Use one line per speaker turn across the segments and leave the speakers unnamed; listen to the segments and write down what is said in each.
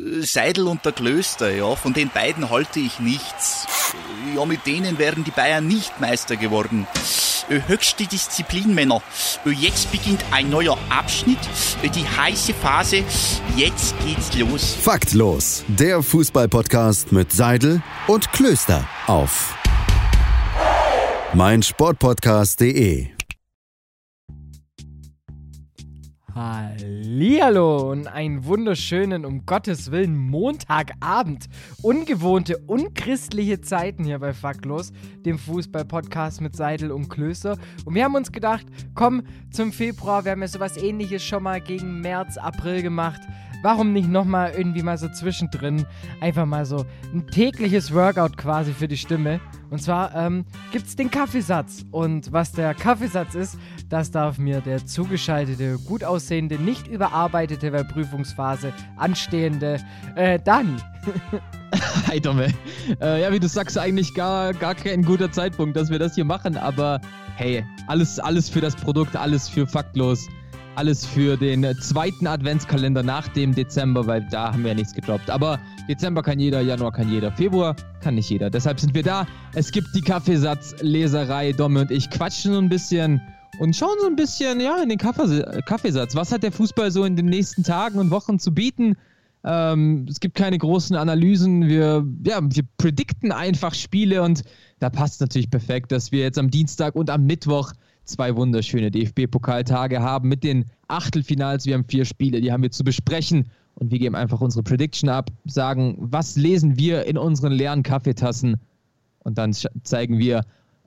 Seidel und der Klöster, ja, von den beiden halte ich nichts. Ja, mit denen wären die Bayern nicht Meister geworden. Höchste Disziplin, Männer. Jetzt beginnt ein neuer Abschnitt, die heiße Phase. Jetzt geht's los.
Faktlos, der Fußball-Podcast mit Seidel und Klöster auf meinsportpodcast.de.
Hallihallo und einen wunderschönen, um Gottes Willen, Montagabend. Ungewohnte, unchristliche Zeiten hier bei Faktlos, dem Fußball-Podcast mit Seidel und Klöster. Und wir haben uns gedacht, komm, zum Februar, wir haben ja sowas Ähnliches schon mal gegen März, April gemacht. Warum nicht nochmal irgendwie mal so zwischendrin einfach mal so ein tägliches Workout quasi für die Stimme. Und zwar gibt's den Kaffeesatz. Und was der Kaffeesatz ist, das darf mir der zugeschaltete, gut aussehende, nicht überarbeitete, weil Prüfungsphase anstehende Dani.
Hi Domme. Ja, wie du sagst, eigentlich gar kein guter Zeitpunkt, dass wir das hier machen. Aber hey, alles für das Produkt, alles für Faktlos. Alles für den zweiten Adventskalender nach dem Dezember, weil da haben wir ja nichts gedroppt. Aber Dezember kann jeder, Januar kann jeder, Februar kann nicht jeder. Deshalb sind wir da. Es gibt die Kaffeesatzleserei. Domme und ich quatschen so ein bisschen und schauen so ein bisschen in den Kaffeesatz. Was hat der Fußball so in den nächsten Tagen und Wochen zu bieten? Es gibt keine großen Analysen. Wir predikten einfach Spiele und da passt natürlich perfekt, dass wir jetzt am Dienstag und am Mittwoch 2 wunderschöne DFB-Pokaltage haben mit den Achtelfinals. Wir haben 4 Spiele, die haben wir zu besprechen. Und wir geben einfach unsere Prediction ab, sagen, was lesen wir in unseren leeren Kaffeetassen. Und dann zeigen wir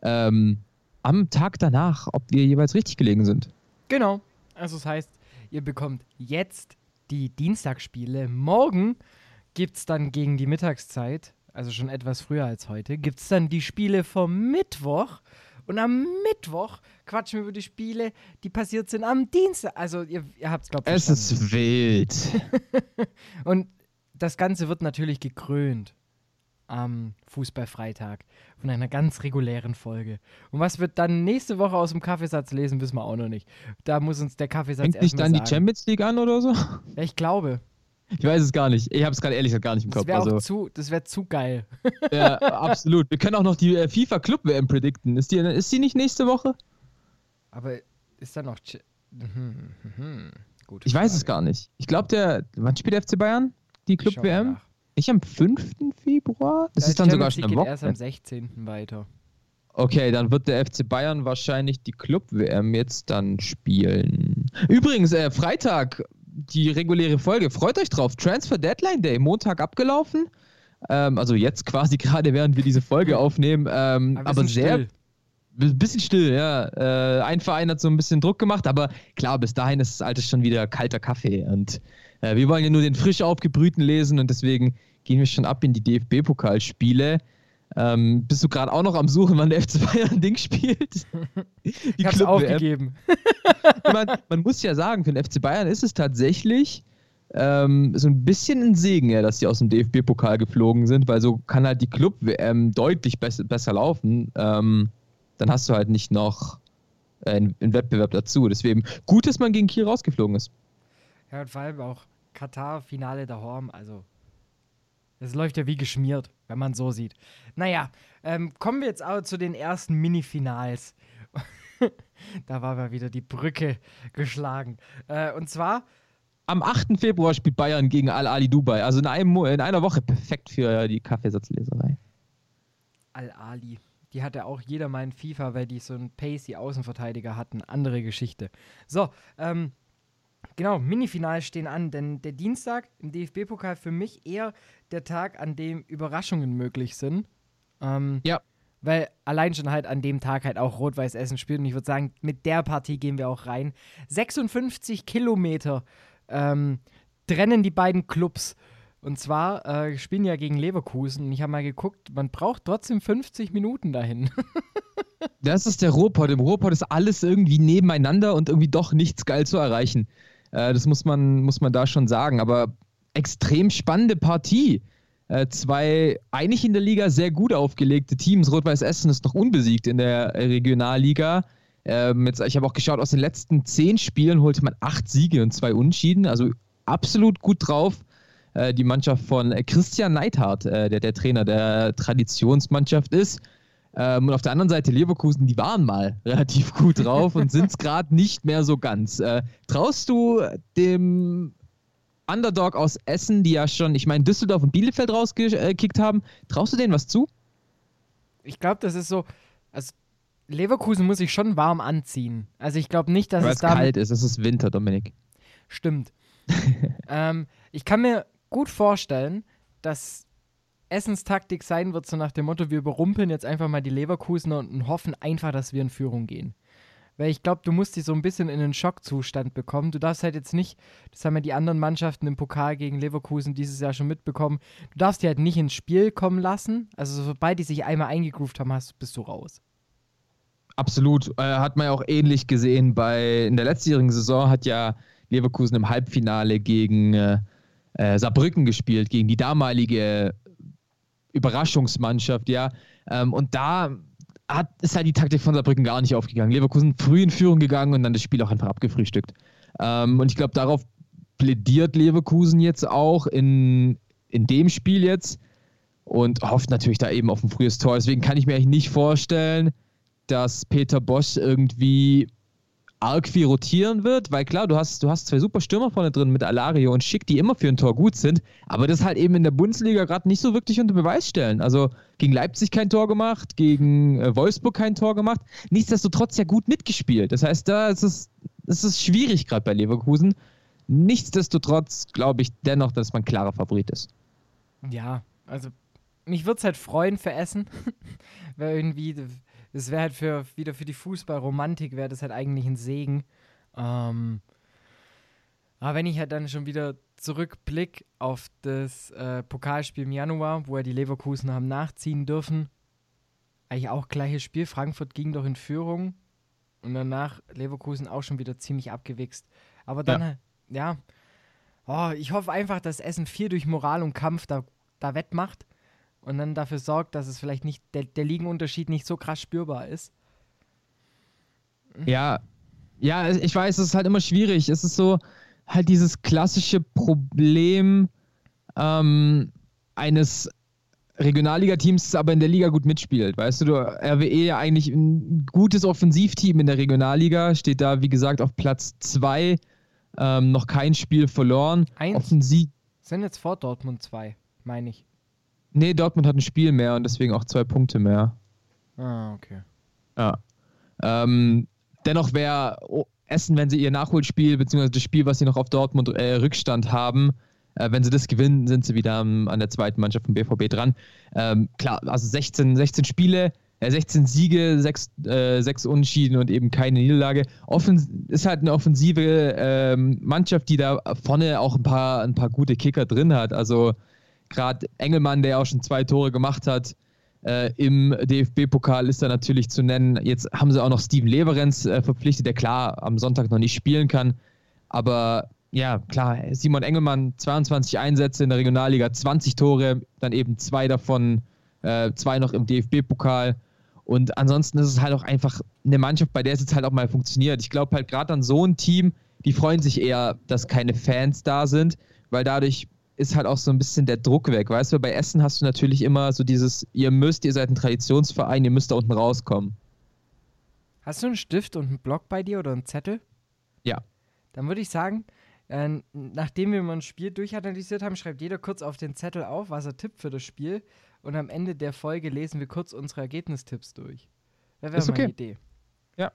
am Tag danach, ob wir jeweils richtig gelegen sind.
Genau. Also das heißt, ihr bekommt jetzt die Dienstagsspiele. Morgen gibt es dann gegen die Mittagszeit, also schon etwas früher als heute, gibt es dann die Spiele vom Mittwoch. Und am Mittwoch quatschen wir über die Spiele, die passiert sind am Dienstag. Also ihr habt es, glaube ich, verstanden.
Es ist wild.
Und das Ganze wird natürlich gekrönt am Fußballfreitag von einer ganz regulären Folge. Und was wir dann nächste Woche aus dem Kaffeesatz lesen, wissen wir auch noch nicht. Da muss uns der Kaffeesatz
erstmal sagen. Fängt nicht dann die Champions League an oder so?
Ja, ich glaube.
Ich weiß es gar nicht. Ich habe es gerade ehrlich gesagt gar nicht im Kopf.
Das wäre zu geil.
Ja, absolut. Wir können auch noch die FIFA Club WM predikten. Ist die nicht nächste Woche?
Aber ist da noch... Gut.
Ich weiß es gar nicht. Ich glaube, wann spielt der FC Bayern? Die Club WM? Nicht am 5. Februar? Das ist dann sogar schon eine Woche.
Erst am 16. weiter.
Okay, dann wird der FC Bayern wahrscheinlich die Club WM jetzt dann spielen. Übrigens, Freitag... Die reguläre Folge, freut euch drauf. Transfer Deadline Day, Montag abgelaufen. Also jetzt quasi gerade, während wir diese Folge aufnehmen. Aber sehr... Ein bisschen still, ja. Ein Verein hat so ein bisschen Druck gemacht, aber klar, bis dahin ist das alles schon wieder kalter Kaffee. Und wir wollen ja nur den frisch aufgebrühten lesen und deswegen gehen wir schon ab in die DFB-Pokalspiele. Bist du gerade auch noch am Suchen, wann der FC Bayern ein Ding spielt?
Ich hab's aufgegeben.
Man muss ja sagen, für den FC Bayern ist es tatsächlich so ein bisschen ein Segen, ja, dass sie aus dem DFB-Pokal geflogen sind, weil so kann halt die Club-WM deutlich besser laufen. Dann hast du halt nicht noch einen Wettbewerb dazu. Deswegen gut, dass man gegen Kiel rausgeflogen ist.
Ja, und vor allem auch Katar-Finale daheim, also es läuft ja wie geschmiert, wenn man so sieht. Naja, kommen wir jetzt auch zu den ersten Mini-Finals. Da war mal wieder die Brücke geschlagen. Und zwar...
Am 8. Februar spielt Bayern gegen Al-Ahly Dubai. Also in einer Woche perfekt für die Kaffeesatzleserei.
Al-Ahly. Die hatte auch jeder mal in FIFA, weil die so einen Pacey-Außenverteidiger hatten. Andere Geschichte. So, genau, Minifinals stehen an, denn der Dienstag im DFB-Pokal für mich eher der Tag, an dem Überraschungen möglich sind.
Ja.
Weil allein schon halt an dem Tag halt auch Rot-Weiß Essen spielt. Und ich würde sagen, mit der Partie gehen wir auch rein. 56 Kilometer trennen die beiden Clubs. Und zwar spielen ja gegen Leverkusen. Und ich habe mal geguckt, man braucht trotzdem 50 Minuten dahin.
Das ist der Ruhrpott. Im Ruhrpott ist alles irgendwie nebeneinander und irgendwie doch nichts geil zu erreichen. Das muss man da schon sagen. Aber extrem spannende Partie. 2 eigentlich in der Liga sehr gut aufgelegte Teams. Rot-Weiß Essen ist noch unbesiegt in der Regionalliga. Ich habe auch geschaut, aus den letzten 10 Spielen holte man 8 Siege und 2 Unentschieden. Also absolut gut drauf. die Mannschaft von Christian Neidhardt, der Trainer der Traditionsmannschaft ist. Und auf der anderen Seite Leverkusen, die waren mal relativ gut drauf und sind es gerade nicht mehr so ganz. Traust du dem Underdog aus Essen, die ja schon, ich meine, Düsseldorf und Bielefeld rausgekickt haben, traust du denen was zu?
Ich glaube, das ist so, also Leverkusen muss sich schon warm anziehen. Also ich glaube nicht, dass
weil
es da
kalt ist, es ist Winter, Dominik.
Stimmt. Ich kann mir gut vorstellen, dass Essens Taktik sein wird, so nach dem Motto, wir überrumpeln jetzt einfach mal die Leverkusener und hoffen einfach, dass wir in Führung gehen. Weil ich glaube, du musst dich so ein bisschen in einen Schockzustand bekommen. Du darfst halt jetzt nicht, das haben ja die anderen Mannschaften im Pokal gegen Leverkusen dieses Jahr schon mitbekommen, du darfst die halt nicht ins Spiel kommen lassen. Also sobald die sich einmal eingegroovt haben, bist du raus.
Absolut. Hat man ja auch ähnlich gesehen in der letztjährigen Saison hat ja Leverkusen im Halbfinale gegen Saarbrücken gespielt, gegen die damalige Überraschungsmannschaft, ja. Und da ist halt die Taktik von Saarbrücken gar nicht aufgegangen. Leverkusen früh in Führung gegangen und dann das Spiel auch einfach abgefrühstückt. Und ich glaube, darauf plädiert Leverkusen jetzt auch in dem Spiel jetzt und hofft natürlich da eben auf ein frühes Tor. Deswegen kann ich mir eigentlich nicht vorstellen, dass Peter Bosz irgendwie arg viel rotieren wird, weil klar, du hast zwei super Stürmer vorne drin mit Alario und Schick, die immer für ein Tor gut sind, aber das halt eben in der Bundesliga gerade nicht so wirklich unter Beweis stellen. Also gegen Leipzig kein Tor gemacht, gegen Wolfsburg kein Tor gemacht, nichtsdestotrotz ja gut mitgespielt. Das heißt, da ist es schwierig gerade bei Leverkusen. Nichtsdestotrotz glaube ich dennoch, dass man klarer Favorit ist.
Ja, also mich würde es halt freuen für Essen, weil irgendwie das wäre halt wieder für die Fußballromantik wäre das halt eigentlich ein Segen. Aber wenn ich halt dann schon wieder zurückblick auf das Pokalspiel im Januar, wo ja die Leverkusen haben nachziehen dürfen, eigentlich auch gleiches Spiel. Frankfurt ging doch in Führung und danach Leverkusen auch schon wieder ziemlich abgewichst. Aber dann, ich hoffe einfach, dass Essen viel durch Moral und Kampf da wettmacht. Und dann dafür sorgt, dass es vielleicht nicht der Ligenunterschied nicht so krass spürbar ist.
Ja, ich weiß, es ist halt immer schwierig. Es ist so halt dieses klassische Problem eines Regionalliga-Teams, das aber in der Liga gut mitspielt. Weißt du, RWE ja eigentlich ein gutes Offensivteam in der Regionalliga, steht da, wie gesagt, auf Platz 2, noch kein Spiel verloren.
1 sind jetzt vor Dortmund 2, meine ich.
Nee, Dortmund hat ein Spiel mehr und deswegen auch 2 Punkte mehr.
Ah, okay.
Ja. Dennoch wäre Essen, wenn sie ihr Nachholspiel, beziehungsweise das Spiel, was sie noch auf Dortmund Rückstand haben, wenn sie das gewinnen, sind sie wieder an der zweiten Mannschaft vom BVB dran. Klar, also 16 Spiele, 16 Siege, 6 Unentschieden und eben keine Niederlage. Ist halt eine offensive Mannschaft, die da vorne auch ein paar gute Kicker drin hat. Also gerade Engelmann, der auch schon 2 Tore gemacht hat im DFB-Pokal, ist da natürlich zu nennen. Jetzt haben sie auch noch Steven Leverenz verpflichtet, der klar am Sonntag noch nicht spielen kann. Aber ja, klar, Simon Engelmann, 22 Einsätze in der Regionalliga, 20 Tore, dann eben 2 davon, 2 noch im DFB-Pokal. Und ansonsten ist es halt auch einfach eine Mannschaft, bei der es jetzt halt auch mal funktioniert. Ich glaube halt gerade an so ein Team, die freuen sich eher, dass keine Fans da sind, weil dadurch ist halt auch so ein bisschen der Druck weg, weißt du? Bei Essen hast du natürlich immer so dieses, ihr seid ein Traditionsverein, ihr müsst da unten rauskommen.
Hast du einen Stift und einen Block bei dir oder einen Zettel?
Ja.
Dann würde ich sagen, nachdem wir mal ein Spiel durchanalysiert haben, schreibt jeder kurz auf den Zettel auf, was er tippt für das Spiel und am Ende der Folge lesen wir kurz unsere Ergebnistipps durch. Das wäre mal eine Idee.
Ja.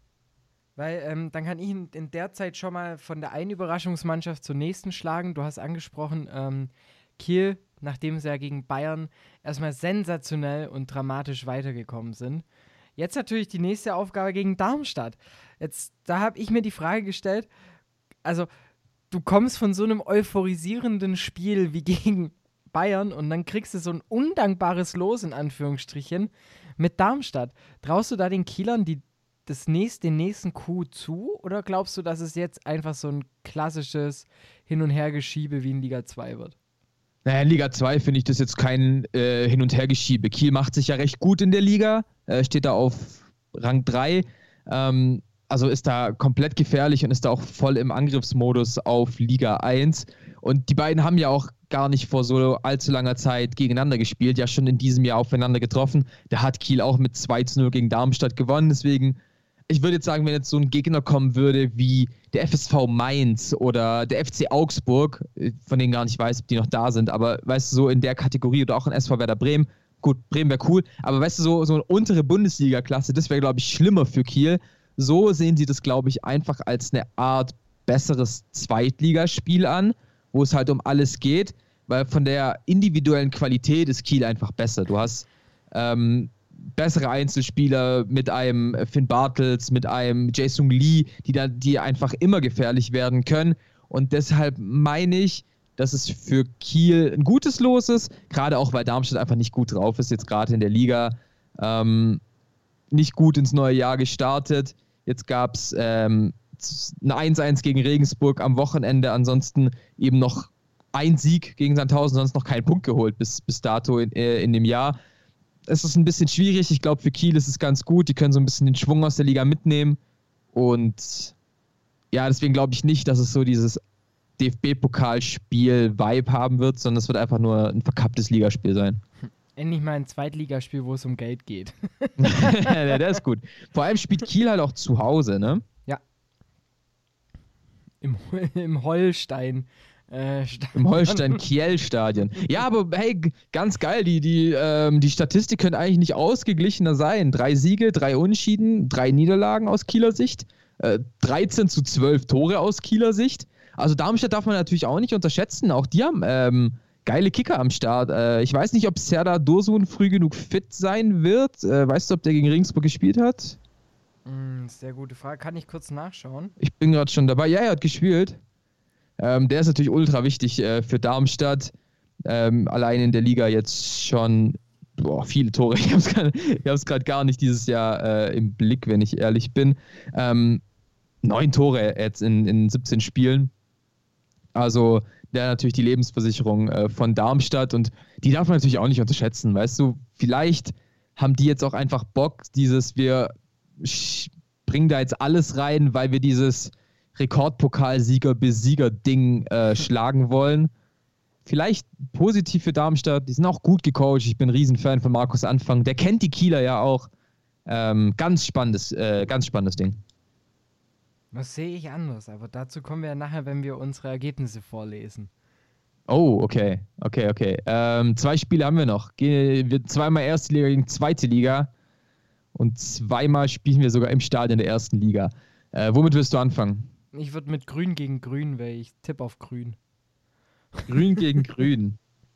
Weil dann kann ich in der Zeit schon mal von der einen Überraschungsmannschaft zur nächsten schlagen. Du hast angesprochen, Kiel, nachdem sie ja gegen Bayern erstmal sensationell und dramatisch weitergekommen sind. Jetzt natürlich die nächste Aufgabe gegen Darmstadt. Da habe ich mir die Frage gestellt, also du kommst von so einem euphorisierenden Spiel wie gegen Bayern und dann kriegst du so ein undankbares Los, in Anführungsstrichen, mit Darmstadt. Traust du da den Kielern den nächsten Coup zu oder glaubst du, dass es jetzt einfach so ein klassisches Hin- und Hergeschiebe wie in Liga 2 wird?
Naja, in Liga 2 finde ich das jetzt kein Hin- und Hergeschiebe. Kiel macht sich ja recht gut in der Liga, steht da auf Rang 3, also ist da komplett gefährlich und ist da auch voll im Angriffsmodus auf Liga 1. Und die beiden haben ja auch gar nicht vor so allzu langer Zeit gegeneinander gespielt, ja schon in diesem Jahr aufeinander getroffen. Da hat Kiel auch mit 2-0 gegen Darmstadt gewonnen, deswegen, ich würde jetzt sagen, wenn jetzt so ein Gegner kommen würde wie der FSV Mainz oder der FC Augsburg, von denen gar nicht weiß, ob die noch da sind, aber weißt du, so in der Kategorie oder auch ein SV Werder Bremen, gut, Bremen wäre cool, aber weißt du, so eine untere Bundesliga-Klasse, das wäre, glaube ich, schlimmer für Kiel. So sehen sie das, glaube ich, einfach als eine Art besseres Zweitligaspiel an, wo es halt um alles geht, weil von der individuellen Qualität ist Kiel einfach besser. Du hast bessere Einzelspieler mit einem Finn Bartels, mit einem Jae-Sung Lee, die einfach immer gefährlich werden können. Und deshalb meine ich, dass es für Kiel ein gutes Los ist, gerade auch, weil Darmstadt einfach nicht gut drauf ist, jetzt gerade in der Liga. Nicht gut ins neue Jahr gestartet. Jetzt gab es ein 1-1 gegen Regensburg am Wochenende, ansonsten eben noch ein Sieg gegen Sandhausen, sonst noch keinen Punkt geholt bis dato in dem Jahr. Es ist ein bisschen schwierig, ich glaube für Kiel ist es ganz gut, die können so ein bisschen den Schwung aus der Liga mitnehmen und ja, deswegen glaube ich nicht, dass es so dieses DFB-Pokalspiel-Vibe haben wird, sondern es wird einfach nur ein verkapptes Ligaspiel sein.
Endlich mal ein Zweitligaspiel, wo es um Geld geht.
Ja, der ist gut. Vor allem spielt Kiel halt auch zu Hause, ne?
Ja. Im Holstein.
Im Holstein-Kiel-Stadion. Ja, aber hey, ganz geil. Die Statistik könnte eigentlich nicht ausgeglichener sein. 3 Siege, 3 Unentschieden, 3 Niederlagen aus Kieler Sicht. 13-12 Tore aus Kieler Sicht. Also Darmstadt darf man natürlich auch nicht unterschätzen. Auch die haben geile Kicker am Start. Ich weiß nicht, ob Serdar Dursun früh genug fit sein wird. Weißt du, ob der gegen Regensburg gespielt hat?
Sehr gute Frage. Kann ich kurz nachschauen?
Ich bin gerade schon dabei. Ja, er hat gespielt. Der ist natürlich ultra wichtig für Darmstadt. Allein in der Liga jetzt schon viele Tore. Ich habe es gerade gar nicht dieses Jahr im Blick, wenn ich ehrlich bin. 9 Tore jetzt in 17 Spielen. Also der natürlich die Lebensversicherung von Darmstadt und die darf man natürlich auch nicht unterschätzen. Weißt du, vielleicht haben die jetzt auch einfach Bock, wir bringen da jetzt alles rein, weil wir dieses Rekordpokalsieger-Besieger-Ding schlagen wollen. Vielleicht positiv für Darmstadt. Die sind auch gut gecoacht. Ich bin ein Riesenfan von Markus Anfang. Der kennt die Kieler ja auch. Ganz spannendes Ding.
Das sehe ich anders, aber dazu kommen wir ja nachher, wenn wir unsere Ergebnisse vorlesen.
Oh, okay. 2 Spiele haben wir noch. Wir zweimal erste Liga gegen zweite Liga und zweimal spielen wir sogar im Stadion der ersten Liga. Womit willst du anfangen?
Ich würde mit Grün gegen Grün, weil ich tippe auf Grün.
Grün gegen Grün.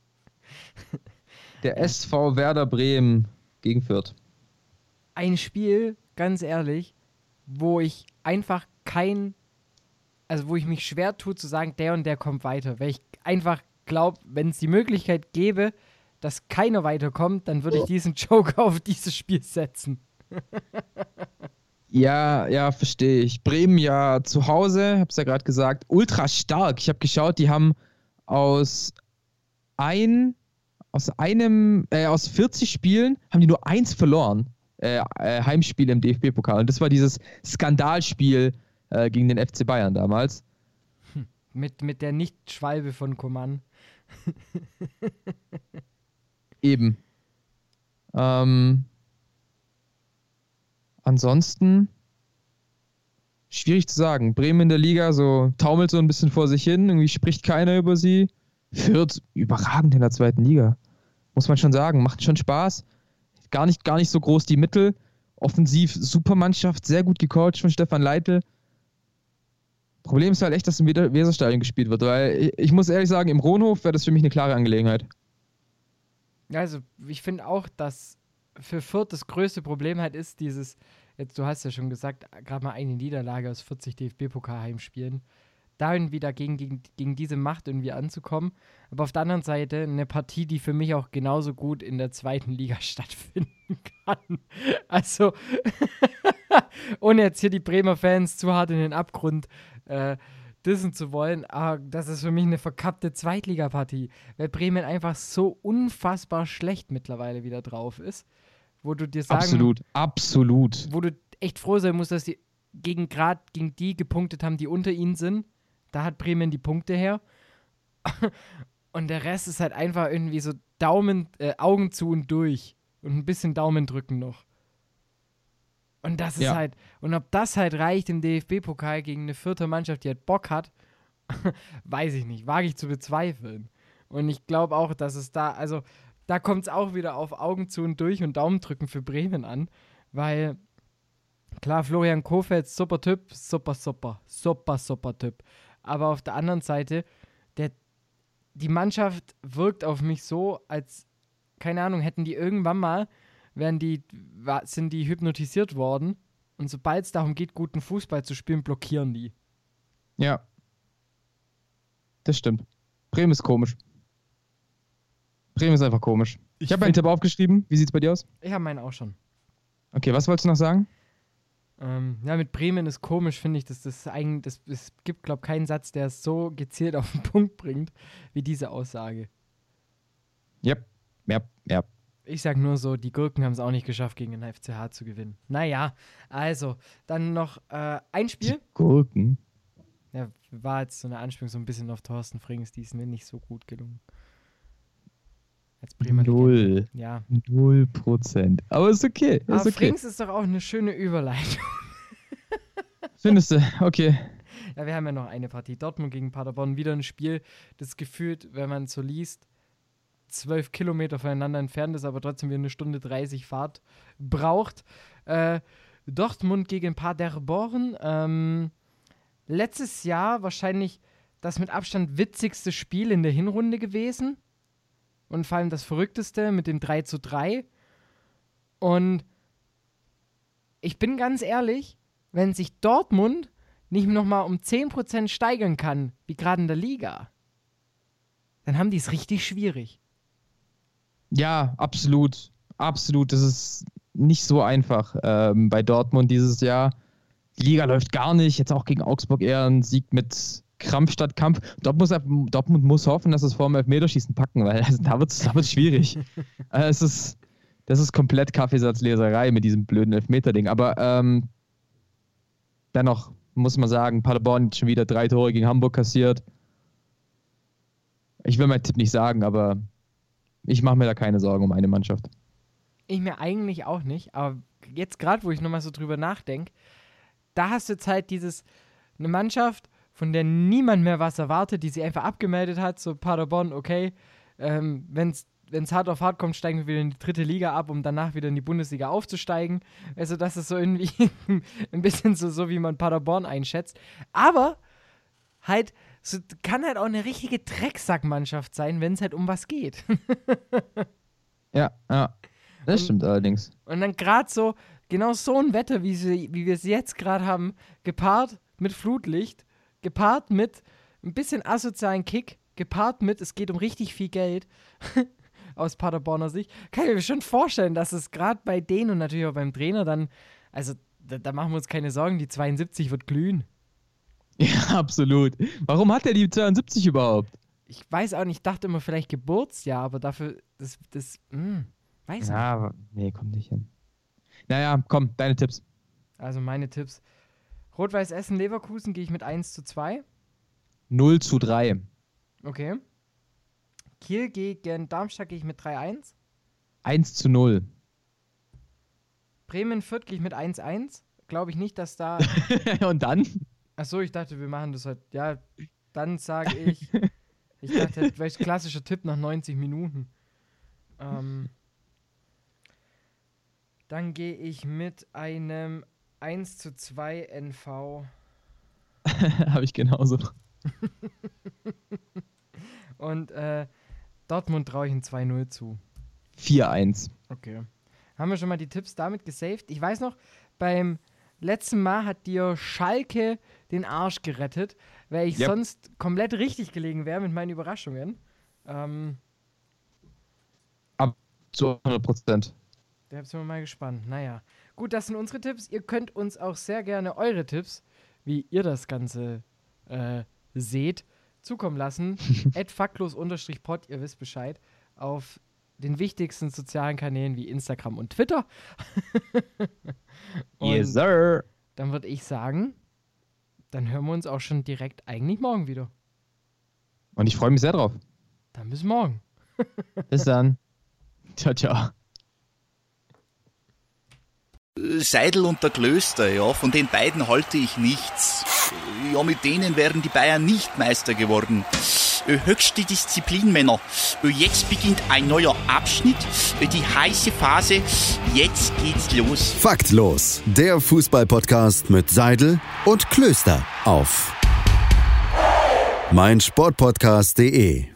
Der SV Werder Bremen gegen Fürth.
Ein Spiel, ganz ehrlich, wo ich einfach wo ich mich schwer tue zu sagen, der und der kommt weiter. Weil ich einfach glaube, wenn es die Möglichkeit gäbe, dass keiner weiterkommt, dann würde ich diesen Joker auf dieses Spiel setzen.
Ja, verstehe ich. Bremen ja zu Hause, hab's ja gerade gesagt, ultra stark. Ich habe geschaut, die haben aus 40 Spielen haben die nur 1 verloren. Heimspiel im DFB-Pokal. Und das war dieses Skandalspiel gegen den FC Bayern damals.
Mit der Nicht-Schwalbe von Coman.
Eben. Ansonsten schwierig zu sagen. Bremen in der Liga taumelt so ein bisschen vor sich hin. Irgendwie spricht keiner über sie. Fürth überragend in der zweiten Liga. Muss man schon sagen. Macht schon Spaß. Gar nicht so groß die Mittel. Offensiv super Mannschaft. Sehr gut gecoacht von Stefan Leitl. Problem ist halt echt, dass im Weserstadion gespielt wird. Weil ich muss ehrlich sagen, im Rohnhof wäre das für mich eine klare Angelegenheit.
Also ich finde auch, dass für Fürth das größte Problem halt ist du hast ja schon gesagt, gerade mal eine Niederlage aus 40 DFB-Pokal-Heimspielen, dahin wieder gegen diese Macht irgendwie anzukommen. Aber auf der anderen Seite eine Partie, die für mich auch genauso gut in der zweiten Liga stattfinden kann. Also, ohne jetzt hier die Bremer Fans zu hart in den Abgrund dissen zu wollen, aber das ist für mich eine verkappte Zweitligapartie, weil Bremen einfach so unfassbar schlecht mittlerweile wieder drauf ist, wo du dir sagen...
Absolut.
Wo du echt froh sein musst, dass die gerade gegen die gepunktet haben, die unter ihnen sind. Da hat Bremen die Punkte her. Und der Rest ist halt einfach irgendwie so Augen zu und durch. Und ein bisschen Daumen drücken noch. Und das ist halt, und ob das halt reicht im DFB-Pokal gegen eine vierte Mannschaft, die halt Bock hat, weiß ich nicht, wage ich zu bezweifeln. Und ich glaube auch, dass es da kommt es auch wieder auf Augen zu und durch und Daumen drücken für Bremen an, weil, klar, Florian Kohfeldt, super Typ, super Typ. Aber auf der anderen Seite, die Mannschaft wirkt auf mich so, als, keine Ahnung, hätten die irgendwann mal sind die hypnotisiert worden und sobald es darum geht, guten Fußball zu spielen, blockieren die.
Ja. Das stimmt. Bremen ist komisch. Bremen ist einfach komisch. Ich habe meinen Tipp aufgeschrieben. Wie sieht's bei dir aus?
Ich habe meinen auch schon.
Okay, was wolltest du noch sagen?
Mit Bremen ist komisch, finde ich, es gibt, glaube ich, keinen Satz, der es so gezielt auf den Punkt bringt, wie diese Aussage.
Yep.
Ich sag nur so, die Gurken haben es auch nicht geschafft, gegen den FCH zu gewinnen. Naja, also, dann noch ein Spiel.
Die Gurken?
Ja, war jetzt so eine Anspielung so ein bisschen auf Thorsten Frings, die ist mir nicht so gut gelungen. Als Bremer
Null.
Ja.
0%. Aber ist okay.
Aber Frings ist doch auch eine schöne Überleitung.
Findest du? Okay.
Ja, wir haben ja noch eine Partie. Dortmund gegen Paderborn. Wieder ein Spiel, das gefühlt, wenn man es so liest, 12 Kilometer voneinander entfernt ist, aber trotzdem wieder 1:30 Fahrt braucht. Dortmund gegen Paderborn. Letztes Jahr wahrscheinlich das mit Abstand witzigste Spiel in der Hinrunde gewesen. Und vor allem das Verrückteste mit dem 3:3. Und ich bin ganz ehrlich, wenn sich Dortmund nicht nochmal um 10% steigern kann, wie gerade in der Liga, dann haben die es richtig schwierig.
Ja, absolut. Absolut. Das ist nicht so einfach bei Dortmund dieses Jahr. Die Liga läuft gar nicht. Jetzt auch gegen Augsburg eher ein Sieg mit Krampf statt Kampf. Dortmund muss hoffen, dass es vor dem Elfmeterschießen packen, weil da wird's schwierig. Das ist komplett Kaffeesatzleserei mit diesem blöden Elfmeter-Ding. Aber dennoch muss man sagen, Paderborn hat schon wieder 3 Tore gegen Hamburg kassiert. Ich will meinen Tipp nicht sagen, aber ich mache mir da keine Sorgen um eine Mannschaft.
Ich mir eigentlich auch nicht, aber jetzt gerade, wo ich nochmal so drüber nachdenke, da hast du jetzt halt eine Mannschaft, von der niemand mehr was erwartet, die sie einfach abgemeldet hat, so Paderborn, okay, wenn es hart auf hart kommt, steigen wir wieder in die 3. Liga ab, um danach wieder in die Bundesliga aufzusteigen. Also das ist so irgendwie ein bisschen so, wie man Paderborn einschätzt. Aber halt, so, kann halt auch eine richtige Drecksackmannschaft sein, wenn es halt um was geht.
Ja. Das stimmt allerdings.
Und dann gerade so, genau so ein Wetter, wie wir es jetzt gerade haben, gepaart mit Flutlicht, gepaart mit ein bisschen asozialen Kick, gepaart mit, es geht um richtig viel Geld, aus Paderborner Sicht, kann ich mir schon vorstellen, dass es gerade bei denen und natürlich auch beim Trainer dann, also da machen wir uns keine Sorgen, die 72 wird glühen.
Ja, absolut. Warum hat er die 72 überhaupt?
Ich weiß auch nicht, ich dachte immer vielleicht Geburtsjahr, aber dafür, weiß nicht.
Ja, nee, kommt nicht hin. Naja, komm, deine Tipps.
Also meine Tipps. Rot-Weiß Essen, Leverkusen gehe ich mit 1:2.
0:3.
Okay. Kiel gegen Darmstadt gehe ich mit 3:1.
1:0.
Bremen Fürth gehe ich mit 1:1. Glaube ich nicht, dass da...
Und dann?
Achso, ich dachte, wir machen das halt. Ja, dann sage ich... Ich dachte, vielleicht klassischer Tipp nach 90 Minuten. Dann gehe ich mit einem 1:2 NV.
Habe ich genauso.
Und Dortmund traue ich ein 2:0 zu.
4:1.
Okay. Haben wir schon mal die Tipps damit gesaved? Ich weiß noch, beim letzten Mal hat dir Schalke den Arsch gerettet, weil ich sonst komplett richtig gelegen wäre mit meinen Überraschungen.
Ab zu 100%.
Da sind wir mal gespannt. Naja. Gut, das sind unsere Tipps. Ihr könnt uns auch sehr gerne eure Tipps, wie ihr das Ganze seht, zukommen lassen. @faktlos_pod, ihr wisst Bescheid. Auf den wichtigsten sozialen Kanälen wie Instagram und Twitter. Und
yes, sir.
dann würde ich sagen, dann hören wir uns auch schon direkt eigentlich morgen wieder.
Und ich freue mich sehr drauf.
Dann bis morgen.
Bis dann. Ciao, ciao.
Seidel und der Klöster, ja, von den beiden halte ich nichts. Ja, mit denen wären die Bayern nicht Meister geworden. Höchste Disziplin, Männer. Jetzt beginnt ein neuer Abschnitt. Die heiße Phase. Jetzt geht's los.
Faktlos, der Fußball-Podcast mit Seidel und Klöster auf meinsportpodcast.de.